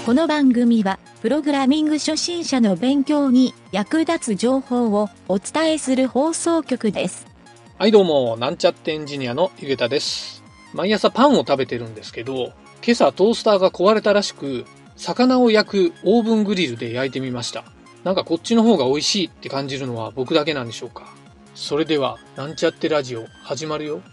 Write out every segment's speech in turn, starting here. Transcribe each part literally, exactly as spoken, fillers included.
この番組は、プログラミング初心者の勉強に役立つ情報をお伝えする放送局です。 はいどうも、なんちゃってエンジニアのゆげたです。毎朝パンを食べてるんですけど、今朝トースターが壊れたらしく、魚を焼くオーブングリルで焼いてみました。なんかこっちの方が美味しいって感じるのは僕だけなんでしょうか。それでは、なんちゃってラジオ始まるよ。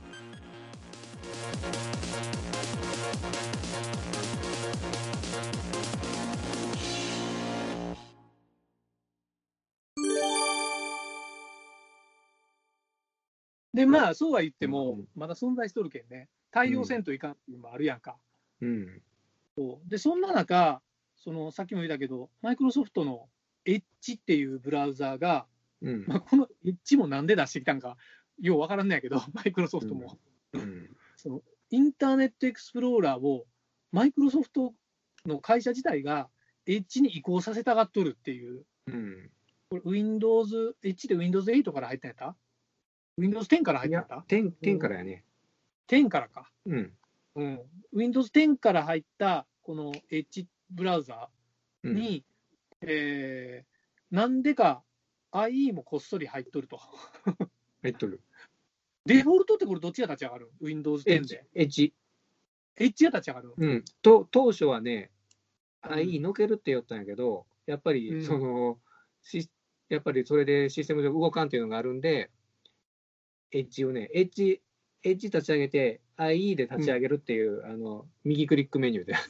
で、まあ、そうは言っても、まだ存在しとるけんね、対応せんといかんっていうのもあるやんか。 うん。 そうで、そんな中、そのさっきも言ったけど、マイクロソフトの Edge っていうブラウザーが、 うん。 まあ、この Edge もなんで出してきたんか、ようわからんないけど、マイクロソフトも、 うん。 そのインターネットエクスプローラーを、マイクロソフトの会社自体が Edge に移行させたがっとるっていう、 うん。 これ Windows、Edge で ウィンドウズエイト から入ったんやった ?ウィンドウズテン から入いやったんやった、 テン、テンからやね。 テンからか。 うん。 うん、ウィンドウズテン から入ったこの Edge ブラウザうん。 に、えーなんでか アイイー もこっそり入っとると。 入っとる。 デフォルトってこれどっちが立ち上がる ?ウィンドウズテンエッジで。。 エッジ。 エッジが立ち上がる。 うん。と、当初はね、 うんアイイー のけるって言ったんやけど、やっぱうり、 んその、しやっぱりそれでシステムで動かんっていうのがあるんで、エッジをね、エッジ、エッジ立ち上げて、アイイー で立ち上げるっていう、あの、右クリックメニューで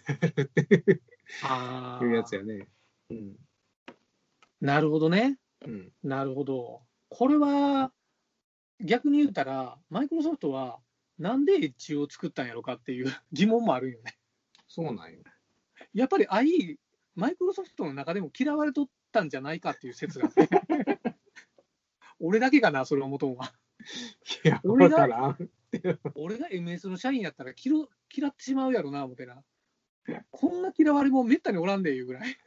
あいうやつーやね。うん。 なるほどね。 うん。 なるほど。これは逆に言うたら、マイクロソフトはなんでエッジを作ったんやろかっていう疑問もあるよね。 そうなんよ。 やっぱり アイイー、マイクロソフトの中でも嫌われとったんじゃないかっていう説があって。俺だけかな、それを思とんは。 いや、 俺がわからん。 俺が エムエス の社員やったら嫌嫌ってしまうやろな、思ってな。こんな嫌われもめったにおらんでいうぐらい。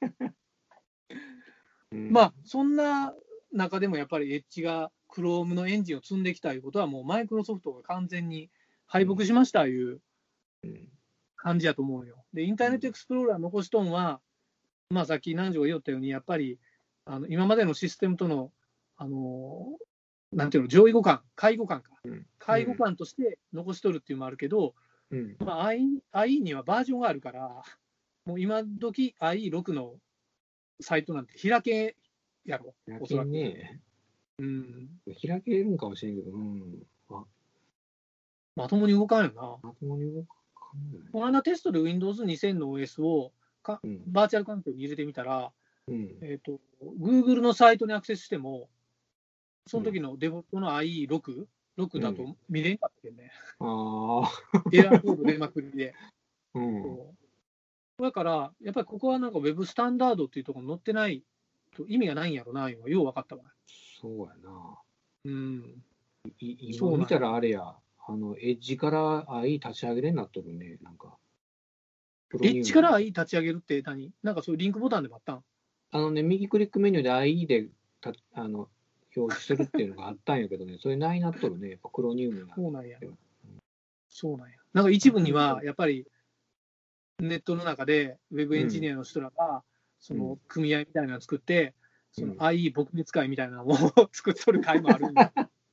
うんまあ、そんな中でもやっぱりエッジが Chrome のエンジンを積んできたいうことは、もうマイクロソフトが完全に敗北しましたいううん感じやと思うよ。で、インターネットエクスプローラー残しとんは、まあ、さっき南條が言ったように、やっぱりあの今までのシステムとの、あのなんていうの、上位互換、介護官か、 うん介護官として残しとるっていうのもあるけど、 うんまあ、アイイー にはバージョンがあるから、もう今時 アイイーシックス のサイトなんて開けやろ、 開けおそらく。 ねうん、 開けるんかもしれんけど、うん。あ、 まともに動かんよな。 まともに動かんない。 この間テストで ウィンドウズにせん の オーエス をかうん。 バーチャル環境に入れてみたら、 うん。 えーと、Google のサイトにアクセスしても、その時のデフォルトの アイイーシックス、ろくだと見れんかったよね。 ああ。 エラーコード出まくりで。 うん。 そうだから、やっぱりここはなんか Web スタンダードっていうところに載ってないと意味がないんやろな、今、よう分かったわ。 そうやな。 うん。 いそうなんや今見たらあれや、あの、エッジから アイイー 立ち上げれになっとるね、なんか。 エッジから アイイー 立ち上げるって何なんかそういうリンクボタンでもあったんあのね、右クリックメニューで アイイー でたあの表示するっていうのがあったんやけどね、それないなっとるね、やっぱクロニウムが。 そうなんや。そうなんや。なんか一部には、やっぱりネットの中で Web エンジニアの人らが、その組合みたいなのを作って、その アイイー 撲滅会みたいなのを作っとる会もあるんだ。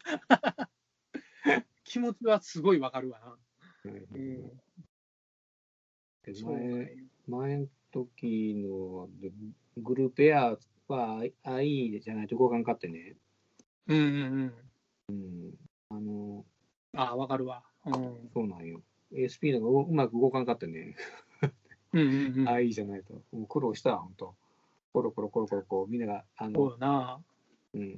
気持ちはすごいわかるわな。うんでそうなんや前前の時のでグループエアは アイイー じゃないと動かんかってね、 うんうんうん。 うん、あの、 ああ、わかるわ。うんそうなんよ。エーエスピー のがううまく動かんかってね、 うんうんうん。 アイイー じゃないと。もう苦労したわ、ほんと。コロコロコロコロこう、みんなが、あそうの、 だな。 うん、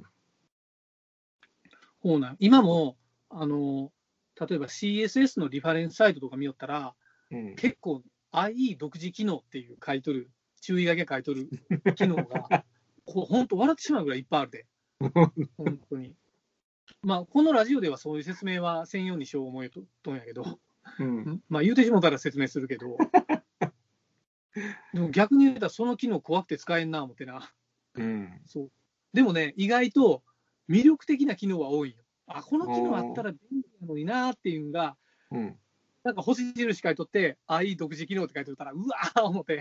そうなん今も、あの、例えば シーエスエス のリファレンスサイトとか見よったら、 うん、 結構 アイイー 独自機能っていう書いとる、注意書き書いとる機能が、こ本当笑ってしまうぐらいいっぱいあるで。本当に。まあ、このラジオではそういう説明はせんようにしよう思うとんやけど、 うん、 まあ言うてしもたら説明するけど、でも逆に言うたらその機能怖くて使えんな思ってな。 うん。 そう。でもね、意外と魅力的な機能は多いよ。あ、この機能あったら便利なのになっていうのが、 うん。 なんか星印書いとって、アイイー 独自機能って書いておったら、うわー思って、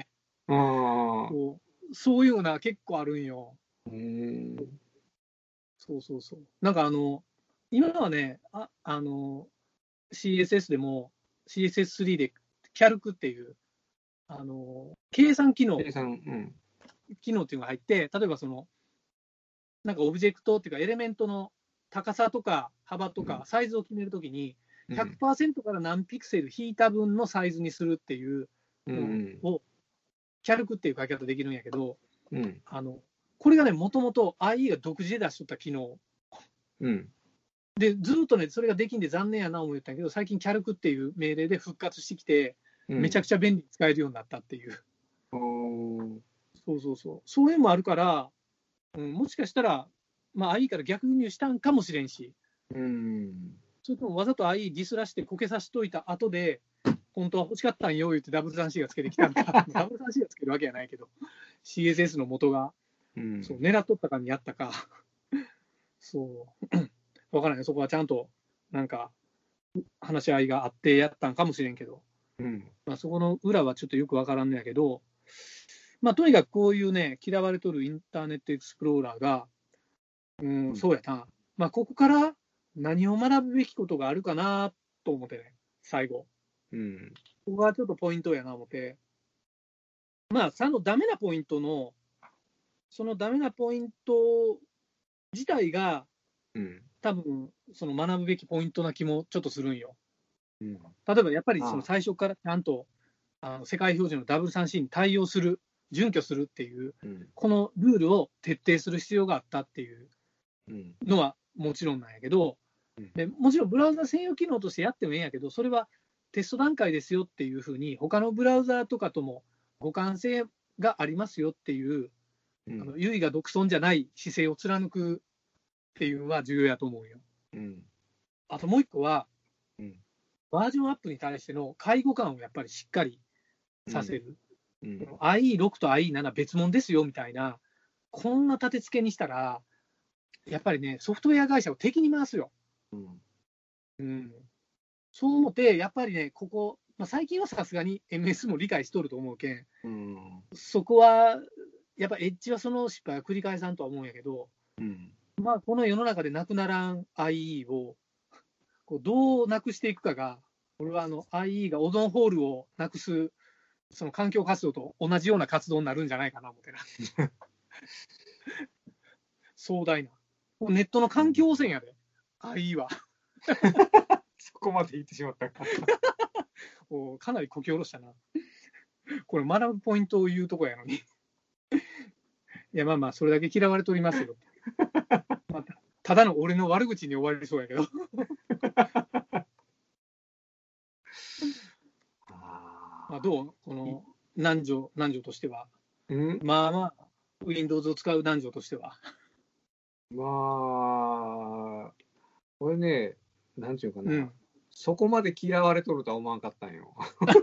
ああ。 こうそういうのは結構あるんよ。 うーん。 そうそうそう。なんかあの、今はね、あ、あの、シーエスエス でも シーエスエススリー でキャルクっていう、あの、計算機能、 計算、うん。 機能っていうのが入って、例えばその、なんかオブジェクトっていうかエレメントの高さとか幅とかサイズを決めるときに、 うん。 ひゃくパーセント から何ピクセル引いた分のサイズにするっていううん。 のを、キャルクっていう書き方できるんやけど、 うん。 あの、これがね、もともと アイイー が独自で出しとった機能うん。 で、ずっとね、それができんで残念やな思ったんやけど、最近、キャルクっていう命令で復活してきて、 うん。 めちゃくちゃ便利に使えるようになったっていう、 おー。 そうそうそう、そういうのもあるから、うん、もしかしたら、まあ、アイイー から逆輸入したんかもしれんし、 うん。 それともわざと アイイー ディスらしてこけさしといた後で、本当は欲しかったんよ言って ダブルスリーシー がつけてきたんか、ダブルスリーシー がつけるわけじゃないけど、シーエスエス の元が、 うん。 そう狙っとったかにやったか、そう、わからない、そこはちゃんと、なんか、話し合いがあってやったんかもしれんけど、 うん。 まあ、そこの裏はちょっとよくわからんのやけど、まあ、とにかくこういうね、嫌われとるインターネットエクスプローラーが、うん、 うんそうやな、まあ、ここから何を学ぶべきことがあるかなと思ってね、最後。 うん。 ここがちょっとポイントやな思って。まあ、そのダメなポイントの、そのダメなポイント自体が、 うん。 多分その学ぶべきポイントな気もちょっとするんよ。 うん。 例えばやっぱりそのあ最初からちゃんとあの世界標準の ダブルスリーシー に対応する、準拠するっていう、 うん。 このルールを徹底する必要があったっていううん。 のはもちろんなんやけど、 うんでもちろんブラウザ専用機能としてやってもいいんやけど、それはテスト段階ですよっていうふうに、他のブラウザとかとも互換性がありますよっていう、 うん。 あの優位が独尊じゃない姿勢を貫くっていうのは重要やと思うよ。 うん。 あともう一個は、 うん。 バージョンアップに対しての介護感をやっぱりしっかりさせる。 うん。 アイイーシックス と アイイーセブン 別物ですよみたいな、こんな立て付けにしたら、やっぱりね、ソフトウェア会社を敵に回すよ。 うん。 うん、そう思って、やっぱりね、ここ、まあ、最近はさすがに エムエス も理解しとると思うけん、 うん。 そこは、やっぱエッジはその失敗を繰り返さんとは思うんやけど、 うん。 まあ、この世の中でなくならん アイイー をこうどうなくしていくかが、俺はあの アイイー がオゾンホールをなくす、その環境活動と同じような活動になるんじゃないかな思ってな。壮大な。ネットの環境汚染やで、アイイー は。 そこまで言ってしまったか。 おかなりこき下ろしたな。これ学ぶポイントを言うとこやのに。いや、まあまあ、それだけ嫌われておりますよ。まあ、ただの俺の悪口に終わりそうやけど。まあどうこの南條、南條としては。 うん。 まあまあ、Windows を使う南條としては。 まあ、これね、なんていうかな、 うん。 そこまで嫌われとるとは思わんかったんよ。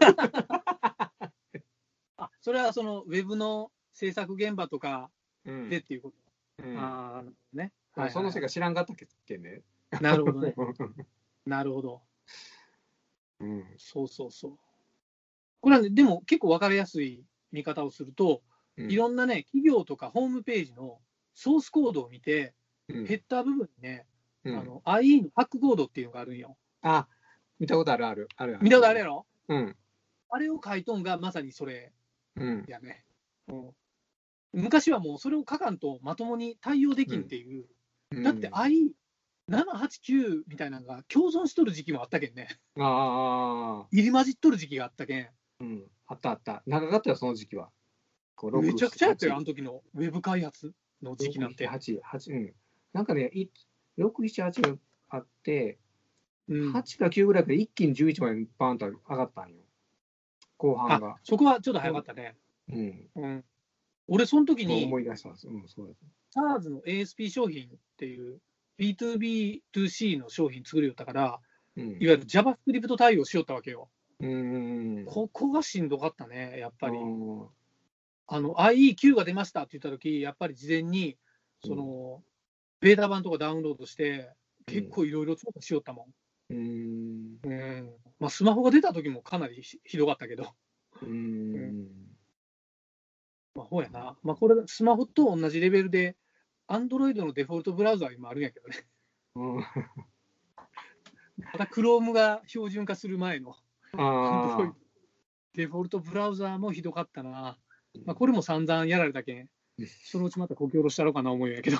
あ、それはそのウェブの制作現場とかうん。 でっていうこと。 うん、 ああ、ね。 でもその世界知らんかったっけね。 なるほどね。なるほど。 うん。 そうそうそう。これはね、でも結構分かりやすい見方をすると、 うんいろんなね、企業とかホームページのソースコードを見て、 うんヘッダー部分にね、 うんあの アイイー のハックコードっていうのがあるんよ。 あ、見たことあるある。あるある見たことあるやろ？ うん。 あれを書いとんがまさにそれうん。 やね。うん、昔はもうそれを書かんとまともに対応できんっていう。 うん、 だって アイイーななはちきゅう みたいなのが共存しとる時期もあったけんね。 ああ、 入り混じっとる時期があったけん。 うん。あったあった。長かったよ、その時期は。こうめちゃくちゃやったよ、あろく、 の時のウェブ開発の時期なんて。 はち、はち、うん。なんかね、ろく、なな、はちがあって、 うん、 はちかきゅうぐらいから一気にじゅういちまでバーンと上がったんよ。後半が。 あ、そこはちょっと早かったね。 うん。 うん、俺、その時に、 思い出したんです。うん、そうです。 SARS の エーエスピー 商品っていう ビーツービーツーシー の商品作りよったから、 うん、 いわゆる JavaScript 対応しよったわけよ。 うん。 ここがしんどかったね、やっぱり。 うんあの アイイーキュー が出ましたって言った時、やっぱり事前にその、うん、ベータ版とかダウンロードして、結構いろいろ調査しよったもん。 うんうんまあ、スマホが出た時もかなりひどかったけど。 うんまあ、ほうやな。まあ、これ、スマホと同じレベルで、Android のデフォルトブラウザー今あるんやけどね。 うん、 また Chrome が標準化する前のあ Android デフォルトブラウザーもひどかったな。まあ、これも散々やられたけん、そのうちまたこき下ろしたろうかな思うんやけど。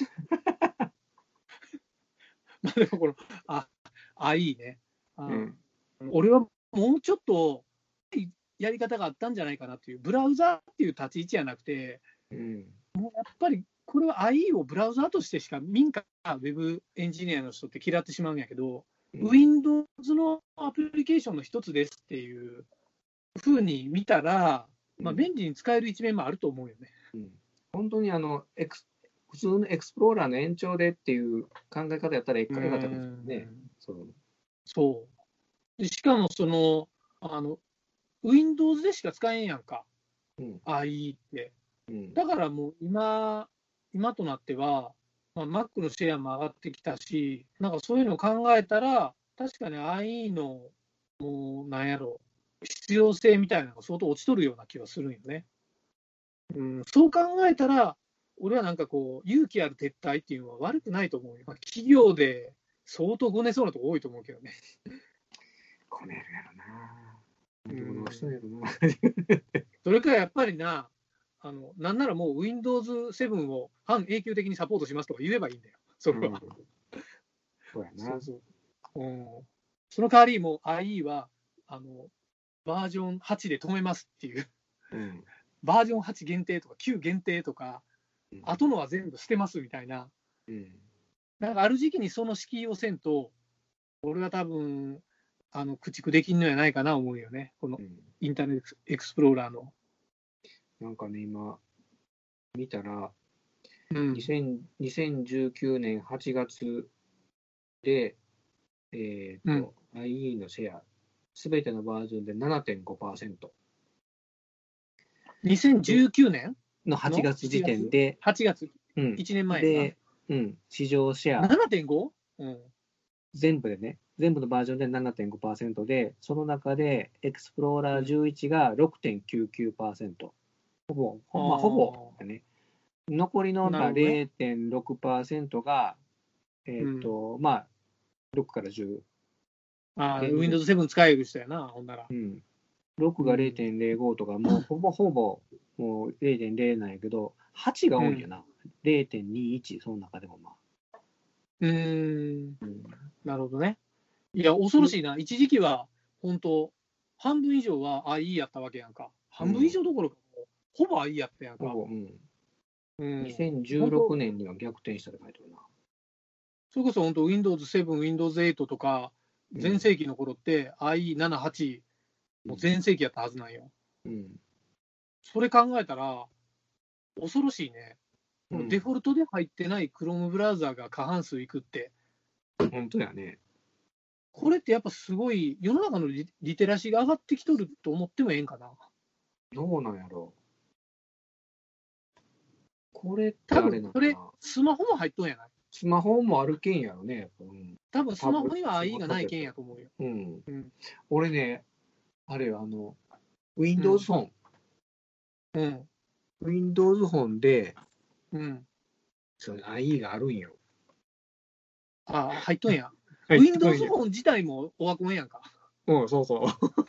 まあでもこの、あ、あ、いいね。あ、 うん、 俺はもうちょっとやり方があったんじゃないかなっていう、ブラウザーっていう立ち位置じゃなくて、 うん、 やっぱりこれは アイイー をブラウザーとしてしか民間ウェブエンジニアの人って嫌ってしまうんやけど、 うん、 Windows のアプリケーションの一つですっていうふうに見たら、まあ、便利に使える一面もあると思うよね。 うん、本当にあのエクス普通のエクスプローラーの延長でっていう考え方やったらいかがかったかもしれないね。そうそうでしかもそのあの Windows でしか使えんやんか、 うん、 アイイー って。 うん、 だからもう今、今となっては、まあ、Mac のシェアも上がってきたし、なんかそういうのを考えたら、確かに アイイー の、もうなんやろ、必要性みたいなのが相当落ちとるような気がするんよね。うん、そう考えたら、俺はなんかこう、勇気ある撤退っていうのは悪くないと思うよ。まあ、企業で相当ごねそうなとこ多いと思うけどね。 こねるやろな。 うんどうしたんやろな。 それからやっぱりな、あのなんならもう ウィンドウズセブン を半永久的にサポートしますとか言えばいいんだよ、それは。 うん、そうやな。 そうそう、うん、その代わり、もう アイイー はあのバージョンはちで止めますっていう、 うん、 バージョンはち限定とかきゅう限定とか、 うん、 後のは全部捨てますみたいな、 うん、 なんかある時期にその敷居をせんと、俺は多分あの駆逐できんのやないかな思うよね、このうん、 インターネットエクスプローラーの。 なんかね、今見たら、 うん、 にせんにせんじゅうきゅうねんはちがつで、えっ、と、アイイー のシェア、すべてのバージョンで ななてんごパーセント。 にせんじゅうきゅうねんのはちがつ時点で、 はちがつ、 うん、 いちねんまえで、うん、市場シェがア、 ななてんご？ うん、 全部でね、全部のバージョンで ななてんごパーセント で、その中で、エクスプローラーじゅういちが ろくてんきゅうきゅうパーセント。ほぼ、ほまあ、ほぼだね。残りの、まあ、 なるほどね。 れいてんろくパーセント が、えっ、と、うん、まあ、ろくからじゅう。 ああ、ウィンドウズセブン 使える人やな、ほんなら。 うん。ろくが れいてんれいご とか、もうほぼほぼもう れいてんゼロ なんやけど、はちが多いんやな。うん、れいてんにいち、その中でもまあ。 うーん、うん、なるほどね。いや、恐ろしいな。一時期は、本当、半分以上は アイイー やったわけやんか。半分以上どころか、もうほぼ アイイー やったやんか。 ほぼ、うん。 うん、 にせんじゅうろくねんには逆転したって書いてあるな。 それこそ本当、ウィンドウズセブン、ウィンドウズエイト とか、全盛期の頃って アイイーなな、はち、もう全盛期やったはずなんよ。 うん。 それ考えたら、恐ろしいね。うん、デフォルトで入ってない Chrome ブラウザーが過半数いくって。 本当やね。 これってやっぱすごい、世の中の リ, リテラシーが上がってきとると思ってもええんかな。 どうなんやろう。これってあれなのかな。 それ、スマホも入っとんやない。 スマホもあるけんやろね。うん、 多分スマホには アイイー がないけんやと思うよ。 うん。 うん、 俺ね、あれよ、あの、Windows フォン。 うん。 Windows フォンで、 うん。 その アイイー があるんよ。 ああ、入っとんや。Windows フォン自体もオワコンやんか。 うん、そうそう。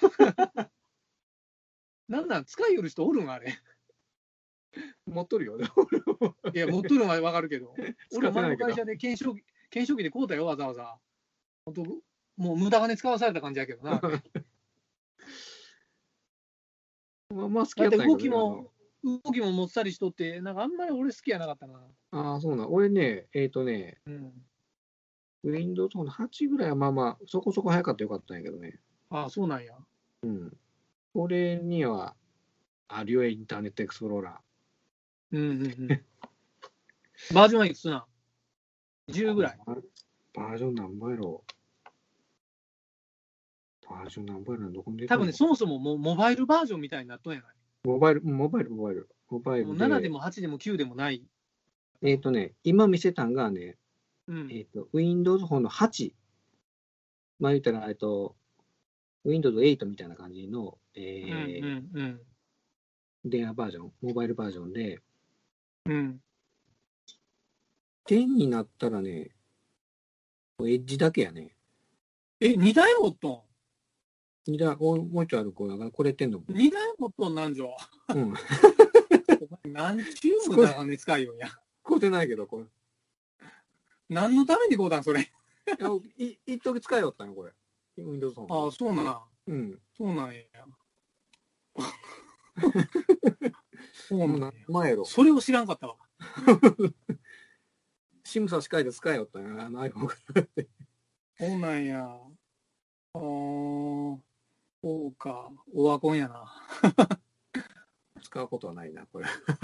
なんなん、使いよる人おるんあれ。 持っとるよ。 いや、持っとるのはわかるけど。俺、前の会社で検証機、検証機で買うたよ、わざわざ。本当、もう無駄金使わされた感じやけどな。 まあ、まあ好きやったんやけど、ね、 動きも、動きももっさりしとって、なんかあんまり俺好きやなかったな。 ああ、そうな。俺ね、えっ、ー、とね、うん、Windows はちぐらいはまあまあ、そこそこ早かったよかったんやけどね。 ああ、そうなんや。 うん。俺には、あるよ、インターネットエクスプローラー。うんうんうん。バージョンはいくつな ?じゅう ぐらい。 バージョン何倍やろバージョン何倍やろどこに出て多分ね、そもそももうモバイルバージョンみたいになっとんやない。 モバイル、モバイル、モバイル。モバイルで。 ななでもはちでもきゅうでもない。 えっ、ー、とね、今見せたんがね、うん、えっ、ー、と、Windows フォンのはち。まあ言ったら、えっと、Windows エイトみたいな感じの、えー、うんうんうん、 電話バージョン、モバイルバージョンで、 うん。 じゅうになったらね、エッジだけやね。 え、にだい持っとにだもうもう一丁ある子だから、これってんの。 ん ?に 台持っとんなんじゃ。 うん。 お前何チューブだ金使いよんや。 買うてないけど、これ。 何のためにこうだん、それ。 いやい一時使いよったんよ、これ。Windows フォン。 ああ、そうなん。 うん。 そうなんや。そうなんや。 前やろ。 それを知らんかったわ。 シム差し替えて使いよったんよ、あの iPhone から。 そうなんや。ああ、そうか。オワコンやな。 使うことはないな、これ。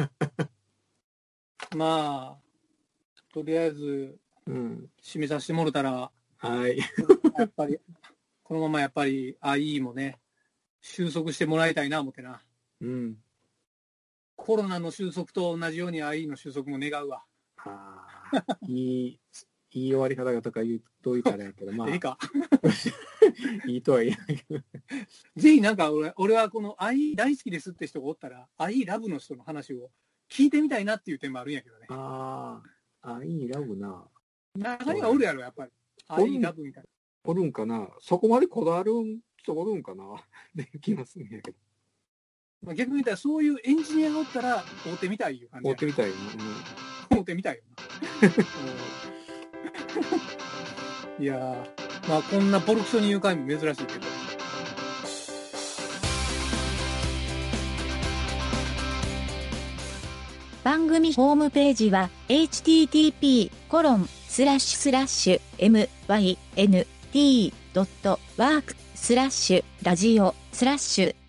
まあ、とりあえず、 うん。 締めさせてもらったら、 はい。 やっぱり、このままやっぱり アイイー もね、収束してもらいたいな、思ってな。 うん。 コロナの収束と同じように アイイー の収束も願うわ。 ああ、いい、いい終わり方がとか言うと言ったらあれやけど、まあ、 ええか。 いいとは言えないけど。 ぜひなんか俺、俺はこの アイイー 大好きですって人がおったら、アイイー ラブの人の話を聞いてみたいなっていう点もあるんやけどね。 ああ、あ、いいラブな。 中にはおるやろ、やっぱり。アイイー ラブみたいな。 おるんかな、そこまでこだわる人おるんかなで気がするんやけど。 まあ、逆に言ったら、そういうエンジニアがおったら、会うてみたいいう感じや。 追ってみたいよね。 会うてみたいよな。いやー、まあこんなボロクソに言う回も珍しいけど。 番組ホームページは エイチティーティーピーコロンスラッシュスラッシュエムワイエヌティードットワークスラッシュラジオスラッシュ